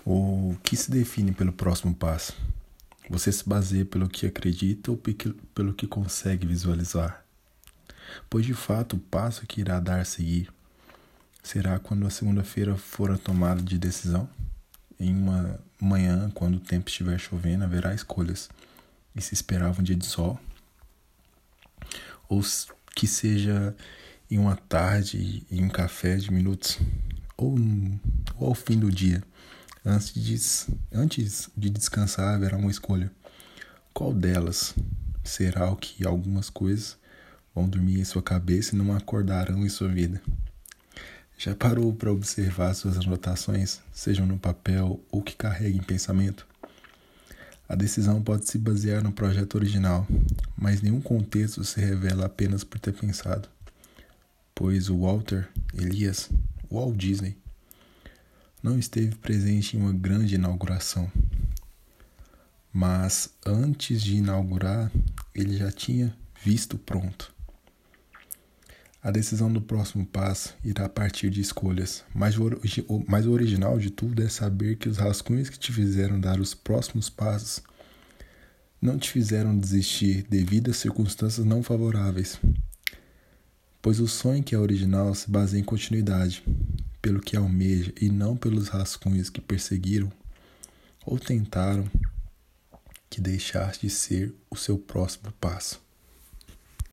O que se define pelo próximo passo? Você se baseia pelo que acredita ou pelo que consegue visualizar? Pois de fato o passo que irá dar a seguir será quando a segunda-feira for a tomada de decisão. Em uma manhã, quando o tempo estiver chovendo, haverá escolhas. E se esperava um dia de sol, ou que seja em uma tarde, em um café de minutos, ou ao fim do dia. Antes de descansar, haverá uma escolha. Qual delas será o que algumas coisas vão dormir em sua cabeça e não acordarão em sua vida? Já parou para observar suas anotações, sejam no papel ou que carregue em pensamento? A decisão pode se basear no projeto original, mas nenhum contexto se revela apenas por ter pensado. Pois o Walter Elias, Walt Disney, não esteve presente em uma grande inauguração. Mas antes de inaugurar, ele já tinha visto pronto. A decisão do próximo passo irá partir de escolhas, mas o original de tudo é saber que os rascunhos que te fizeram dar os próximos passos não te fizeram desistir devido a circunstâncias não favoráveis. Pois o sonho que é original se baseia em continuidade, pelo que almeja e não pelos rascunhos que perseguiram ou tentaram que deixasse de ser o seu próximo passo.